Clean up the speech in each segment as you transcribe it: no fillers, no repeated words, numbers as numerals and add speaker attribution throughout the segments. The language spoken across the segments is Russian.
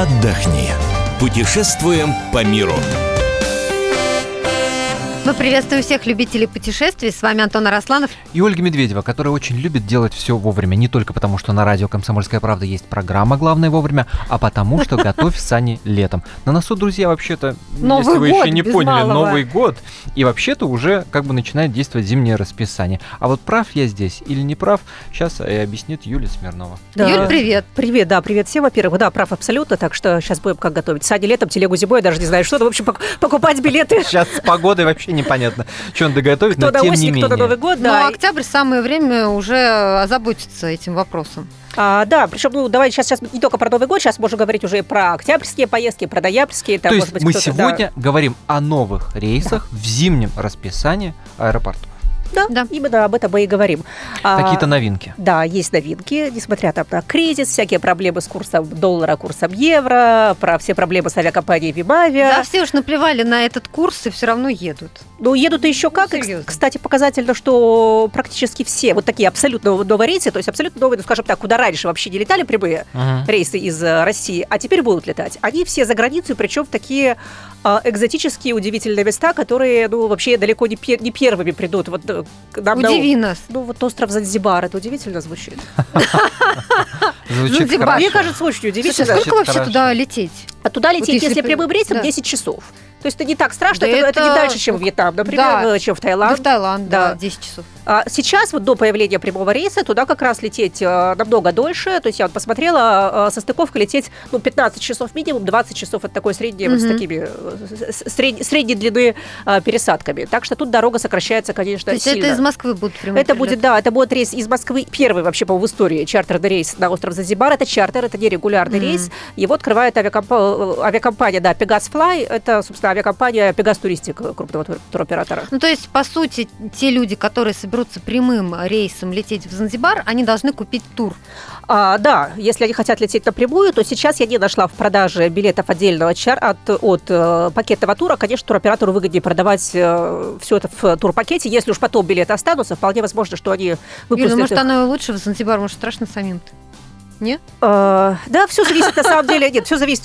Speaker 1: отдохни. Путешествуем по миру.
Speaker 2: Мы приветствуем всех любителей путешествий. С вами Антон Арасланов
Speaker 3: и Ольга Медведева, которая очень любит делать все вовремя. Не только потому, что на радио «Комсомольская правда» есть программа «Главное вовремя», а потому, что готовь сани летом. На носу, друзья, вообще-то, если вы еще не поняли, Новый год. И вообще-то уже как бы начинает действовать зимнее расписание. А вот прав я здесь или не прав, сейчас и объяснит Юлия Смирнова.
Speaker 2: Да. Юль, привет.
Speaker 4: Привет, да, привет всем, во-первых. Да, прав абсолютно, так что сейчас будем как готовить. Сани летом, телегу зимой, я даже не знаю, что. В общем, покупать билеты.
Speaker 3: Сейчас с погодой вообще непонятно, что надо готовить, но тем не менее.
Speaker 4: Кто на Новый год, да.
Speaker 2: Но октябрь самое время уже озаботиться этим вопросом.
Speaker 4: Да, причем, давай сейчас не только про Новый год, сейчас можем говорить уже и про октябрьские поездки, про ноябрьские.
Speaker 3: То есть мы сегодня говорим о новых рейсах в зимнем расписании аэропортов.
Speaker 4: Да, именно об этом мы и говорим.
Speaker 3: Какие-то новинки.
Speaker 4: Да, есть новинки, несмотря там на кризис, всякие проблемы с курсом доллара, курсом евро, про все проблемы с авиакомпанией Вимавиа.
Speaker 2: Да, все уж наплевали на этот курс и все равно едут.
Speaker 4: Ну, едут еще как.
Speaker 2: Серьезно.
Speaker 4: Кстати, показательно, что практически все вот такие абсолютно новые рейсы, то есть абсолютно новые, ну, скажем так, куда раньше вообще не летали прямые рейсы из России, а теперь будут летать. Они все за границей, причем в такие экзотические, удивительные места, которые, ну, вообще далеко не первыми придут. Вот,
Speaker 2: удиви нас.
Speaker 4: Ну, вот остров Занзибар, это удивительно звучит.
Speaker 3: Звучит хорошо.
Speaker 4: Мне кажется, очень удивительно.
Speaker 2: Слушай, сколько вообще туда лететь?
Speaker 4: А туда лететь, если прямым рейсом, 10 часов. То есть это не так страшно, это не дальше, чем в Вьетнам, например, чем в Таиланд.
Speaker 2: Да, в Таиланд, да, 10 часов.
Speaker 4: Сейчас, вот до появления прямого рейса, туда как раз лететь намного дольше. То есть я вот посмотрела, со стыковкой лететь 15 часов минимум, 20 часов это такое среднее, вот с такими средней длины пересадками. Так что тут дорога сокращается, конечно,
Speaker 2: то есть
Speaker 4: сильно.
Speaker 2: это из Москвы будут прямые
Speaker 4: это будет, да, это будет рейс из Москвы, первый вообще, по-моему, в истории чартерный рейс на остров Занзибар. Это чартер, это не регулярный рейс. Его открывает авиакомпания, да, Pegasus Fly. Это, собственно, авиакомпания Pegasus Touristic, крупного туроператора.
Speaker 2: Ну, то есть, по сути, те люди, которые соберутся прямым рейсом лететь в Занзибар, они должны купить тур.
Speaker 4: Да, если они хотят лететь напрямую, то сейчас я не нашла в продаже билетов отдельного от пакетного тура. Конечно, туроператору выгоднее продавать все это в турпакете. Если уж потом билеты останутся, вполне возможно, что они выпустят.
Speaker 2: Юля, может, оно и лучше в Занзибар, может, страшно самим-то? Нет?
Speaker 4: Да, все зависит на самом деле. Нет, все зависит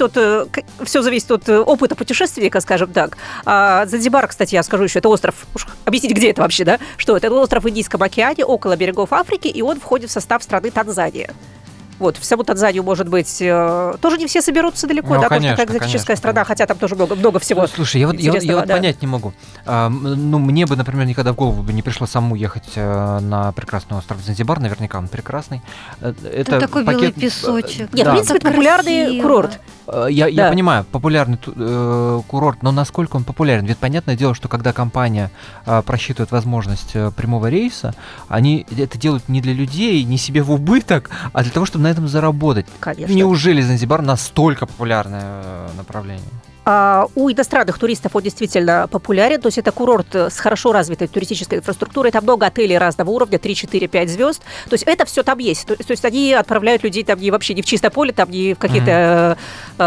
Speaker 4: от опыта путешественника, скажем так. Занзибар, кстати, я скажу еще, это остров. Объяснить, где это вообще, да? Что это? Это остров в Индийском океане, около берегов Африки, и он входит в состав страны Танзания. Вот, в саму Танзанию, может быть, тоже не все соберутся далеко, да, потому что это экзотическая страна, хотя там тоже много всего.
Speaker 3: Слушай, я вот понять не могу. Мне бы, например, никогда в голову бы не пришло самому ехать на прекрасный остров Занзибар, наверняка он прекрасный.
Speaker 2: Это такой белый песочек.
Speaker 4: Нет, в принципе, это популярный курорт.
Speaker 3: Я понимаю, популярный курорт, но насколько он популярен? Ведь понятное дело, что когда компания просчитывает возможность прямого рейса, они это делают не для людей, не себе в убыток, а для того, чтобы на этом заработать.
Speaker 4: Конечно.
Speaker 3: Неужели Занзибар настолько популярное направление?
Speaker 4: У иностранных туристов он действительно популярен, то есть это курорт с хорошо развитой туристической инфраструктурой, там много отелей разного уровня, 3, 4, 5 звезд, то есть это все там есть, то есть они отправляют людей там вообще не в чистое поле, там не в какие-то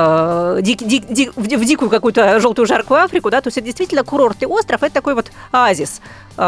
Speaker 4: в дикую какую-то желтую жаркую Африку, да, то есть это действительно курортный остров, это такой вот оазис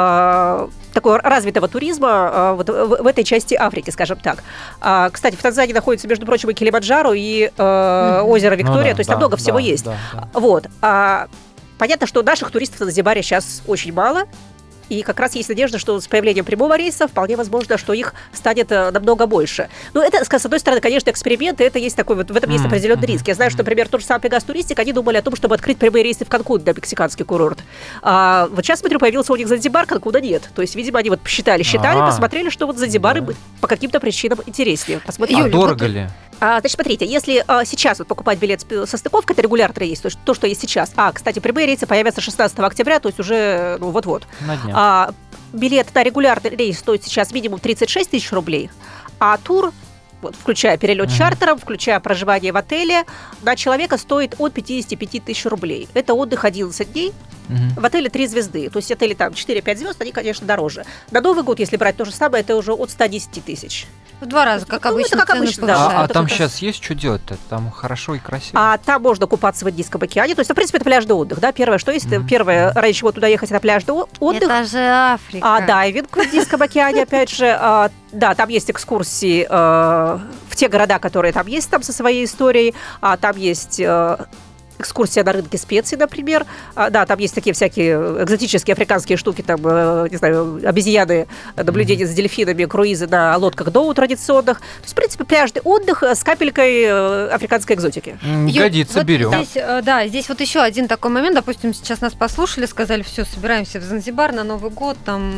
Speaker 4: такого развитого туризма вот в этой части Африки, скажем так. Кстати, в Танзании находится, между прочим, и Килиманджаро, и озеро Виктория, то есть там много всего есть. Вот. Понятно, что наших туристов на Занзибаре сейчас очень мало. И как раз есть надежда, что с появлением прямого рейса вполне возможно, что их станет намного больше. Но это, с одной стороны, конечно, эксперимент, и это есть такой вот, в этом есть определенный риск. Я знаю, что, например, тот же самый Pegasus Touristic, они думали о том, чтобы открыть прямые рейсы в Канкун, да, мексиканский курорт. Вот сейчас, смотрю, появился у них Занзибар, Канкуна нет. То есть, видимо, они вот считали, посмотрели, что вот Занзибар по каким-то причинам интереснее.
Speaker 3: А дорого ли?
Speaker 4: Значит, смотрите, если сейчас вот покупать билет со стыковкой, это регулярный рейс, то есть то, что есть сейчас. Кстати, прямые рейсы появятся 16 октября, то есть уже вот-вот.
Speaker 3: На днях.
Speaker 4: Билет на регулярный рейс стоит сейчас минимум 36 тысяч рублей, а тур, вот, включая перелет чартером, включая проживание в отеле, на человека стоит от 55 тысяч рублей. Это отдых 11 дней. В отеле 3 звезды. То есть отели там 4-5 звезд, они, конечно, дороже. На Новый год, если брать то же самое, это уже от 110 тысяч.
Speaker 2: В 2 раза, как обычно.
Speaker 4: Это как обычно, да.
Speaker 3: А там сейчас есть что делать-то? Там хорошо и красиво.
Speaker 4: Там можно купаться в Индийском океане. То есть, в принципе, это пляжный отдых. Да? Первое, что есть, первое, ради чего туда ехать, это пляжный отдых.
Speaker 2: Это же Африка.
Speaker 4: Дайвинг в Индийском океане, опять же. Да, там есть экскурсии в в те города, которые там есть, там со своей историей. Там есть экскурсия на рынке специй, например. Да, там есть такие всякие экзотические африканские штуки, там, не знаю, обезьяны, наблюдение за дельфинами, круизы на лодках доу традиционных. То есть, в принципе, пляжный отдых с капелькой африканской экзотики.
Speaker 3: Годится,
Speaker 2: вот
Speaker 3: берем.
Speaker 2: Здесь вот еще один такой момент. Допустим, сейчас нас послушали, сказали, все, собираемся в Занзибар на Новый год,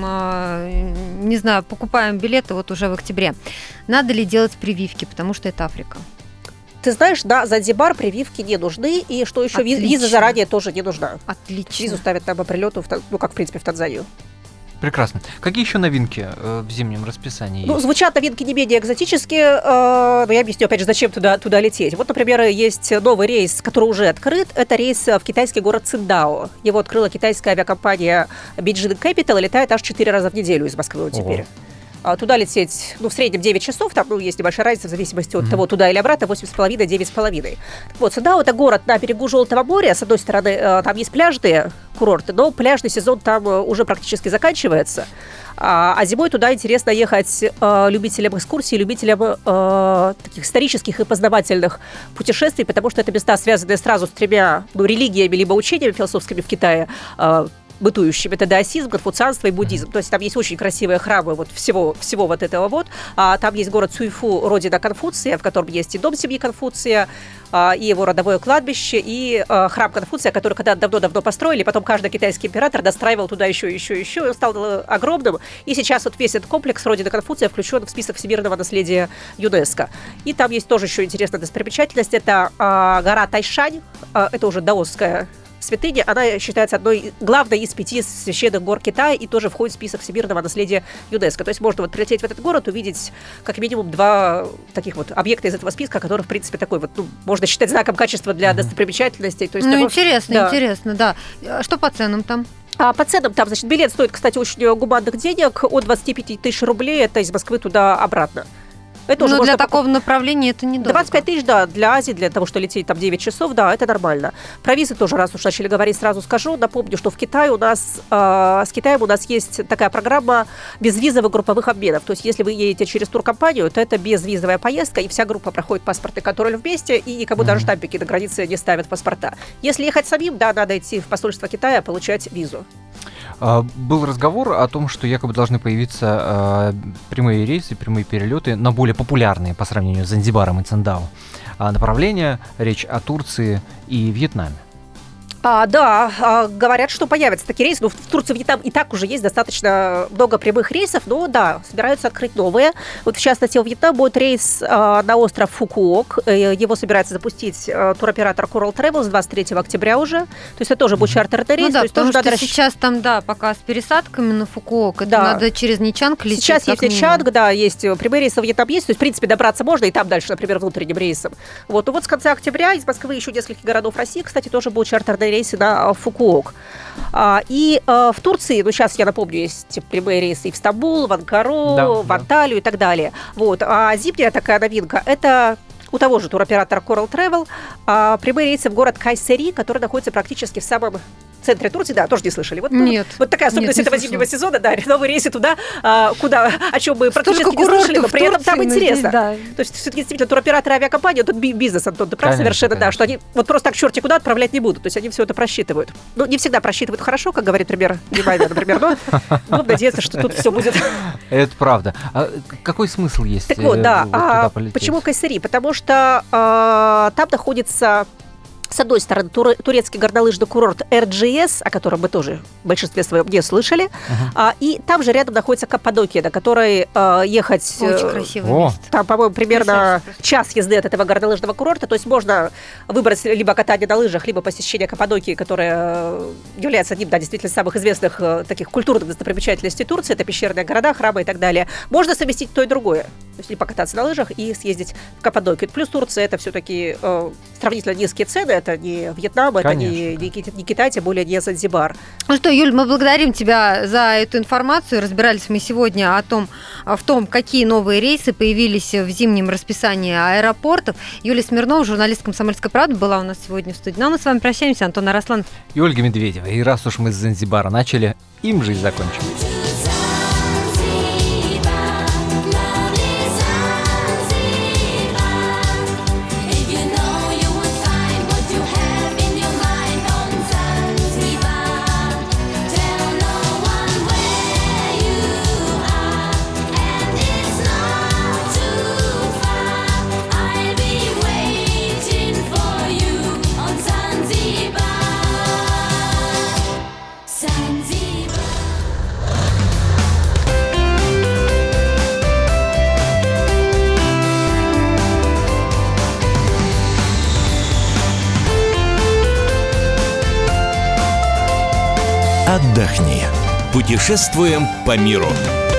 Speaker 2: там, не знаю, покупаем билеты вот уже в октябре. Надо ли делать прививки, потому что это Африка?
Speaker 4: Ты знаешь, на Занзибар прививки не нужны, и что еще, виза заранее тоже не нужна.
Speaker 2: Отлично.
Speaker 4: Визу ставят там по прилету, как, в принципе, в Танзанию.
Speaker 3: Прекрасно. Какие еще новинки в зимнем расписании есть?
Speaker 4: Звучат новинки не менее экзотические, но я объясню, опять же, зачем туда лететь. Вот, например, есть новый рейс, который уже открыт. Это рейс в китайский город Циндао. Его открыла китайская авиакомпания Beijing Capital, и летает аж 4 раза в неделю из Москвы вот теперь. Туда лететь, в среднем 9 часов, там, есть небольшая разница в зависимости от того, туда или обратно, 8,5-9,5. Вот, Циндао — это город на берегу Желтого моря. С одной стороны, там есть пляжные курорты, но пляжный сезон там уже практически заканчивается. А зимой туда интересно ехать любителям экскурсий, любителям таких исторических и познавательных путешествий, потому что это места, связанные сразу с 3 религиями либо учениями философскими в Китае, бытующими. Это даосизм, конфуцианство и буддизм. То есть там есть очень красивые храмы вот всего вот этого вот. Там есть город Цюйфу, родина Конфуция, в котором есть и дом семьи Конфуция, и его родовое кладбище, и храм Конфуция, который когда-то давно-давно построили, потом каждый китайский император достраивал туда еще, и он стал огромным. И сейчас вот весь этот комплекс родины Конфуция включен в список всемирного наследия ЮНЕСКО. И там есть тоже еще интересная достопримечательность. Это гора Тайшань, это уже даосская святыня, она считается одной главной из 5 священных гор Китая и тоже входит в список всемирного наследия ЮНЕСКО. То есть можно вот прилететь в этот город, увидеть как минимум 2 таких вот объекта из этого списка, который, в принципе, такой вот, можно считать знаком качества для достопримечательностей. То есть
Speaker 2: интересно, да. Что по ценам там?
Speaker 4: По ценам там, значит, билет стоит, кстати, очень гуманных денег, от 25 тысяч рублей, это из Москвы туда-обратно. Это уже
Speaker 2: для такого направления это недорого.
Speaker 4: 25 тысяч, да, для Азии, для того, что лететь там 9 часов, да, это нормально. Про визы тоже, раз уж начали говорить, сразу скажу. Напомню, что в Китае у нас, с Китаем у нас есть такая программа безвизовых групповых обменов. То есть, если вы едете через туркомпанию, то это безвизовая поездка, и вся группа проходит паспортный контроль вместе, и никому даже штампики на границе не ставят паспорта. Если ехать самим, да, надо идти в посольство Китая, получать визу.
Speaker 3: Был разговор о том, что якобы должны появиться прямые рейсы, прямые перелеты на более популярные по сравнению с Занзибаром и Циндао направления. Речь о Турции и Вьетнаме.
Speaker 4: Говорят, что появятся такие рейсы. Ну, в Турции, Вьетнам и так уже есть достаточно много прямых рейсов, но да, собираются открыть новые. Вот в частности, в Вьетнам будет рейс на остров Фукуок. Его собирается запустить туроператор Coral Travel с 23 октября уже. То есть это тоже будет чартерный рейс.
Speaker 2: Ну да,
Speaker 4: то есть
Speaker 2: потому
Speaker 4: тоже
Speaker 2: что сейчас там, да, пока с пересадками на Фукуок, это надо через Ничанг лететь.
Speaker 4: Сейчас есть Ничанг, да, есть прямые рейсы в Вьетнам есть. То есть, в принципе, добраться можно, и там дальше, например, внутренним рейсом. Вот с конца октября из Москвы еще нескольких городов России, кстати, тоже будут чартерные рейсы на Фукуок. И в Турции, сейчас я напомню, есть прямые рейсы и в Стамбул, в Анкару, в Анталию и так далее. А зимняя такая новинка – это у того же туроператора Coral Travel прямые рейсы в город Кайсери, который находится практически в самом центре Турции, да, тоже не слышали.
Speaker 2: Нет.
Speaker 4: Вот такая особенность этого зимнего сезона, да, новые рейсы туда, о чем мы практически не слышали, но при этом там интересно. То есть все-таки действительно туроператоры авиакомпании, это бизнес, Антон, ты прав совершенно, да, что они вот просто так черти куда отправлять не будут, то есть они все это просчитывают. Ну, не всегда просчитывают хорошо, как говорит пример Димайна, например, но будем надеяться, что тут все будет.
Speaker 3: Это правда. А какой смысл есть?
Speaker 4: Так вот, да, почему Кайсери? Потому что там находится, с одной стороны, турецкий горнолыжный курорт RGS, о котором мы тоже в большинстве своем не слышали, и там же рядом находится Каппадокия, до которой ехать...
Speaker 2: Очень красивое место.
Speaker 4: Там, по-моему, примерно час езды от этого горнолыжного курорта, то есть можно выбрать либо катание на лыжах, либо посещение Каппадокии, которая является одним, да, действительно, самых известных таких культурных достопримечательностей Турции, это пещерные города, храмы и так далее. Можно совместить то и другое. То есть и покататься на лыжах, и съездить в Каппадокию. Плюс Турция — это все-таки сравнительно низкие цены, это не Вьетнам, это не Китай, тем более не Занзибар.
Speaker 2: Ну что, Юль, мы благодарим тебя за эту информацию. Разбирались мы сегодня в том, какие новые рейсы появились в зимнем расписании аэропортов. Юлия Смирнова, журналист «Комсомольской правды», была у нас сегодня в студии. Ну а мы с вами прощаемся. Антон Арасланов
Speaker 3: и Ольга Медведева. И раз уж мы с Занзибара начали, им же и закончим.
Speaker 1: отдохни. Путешествуем по миру.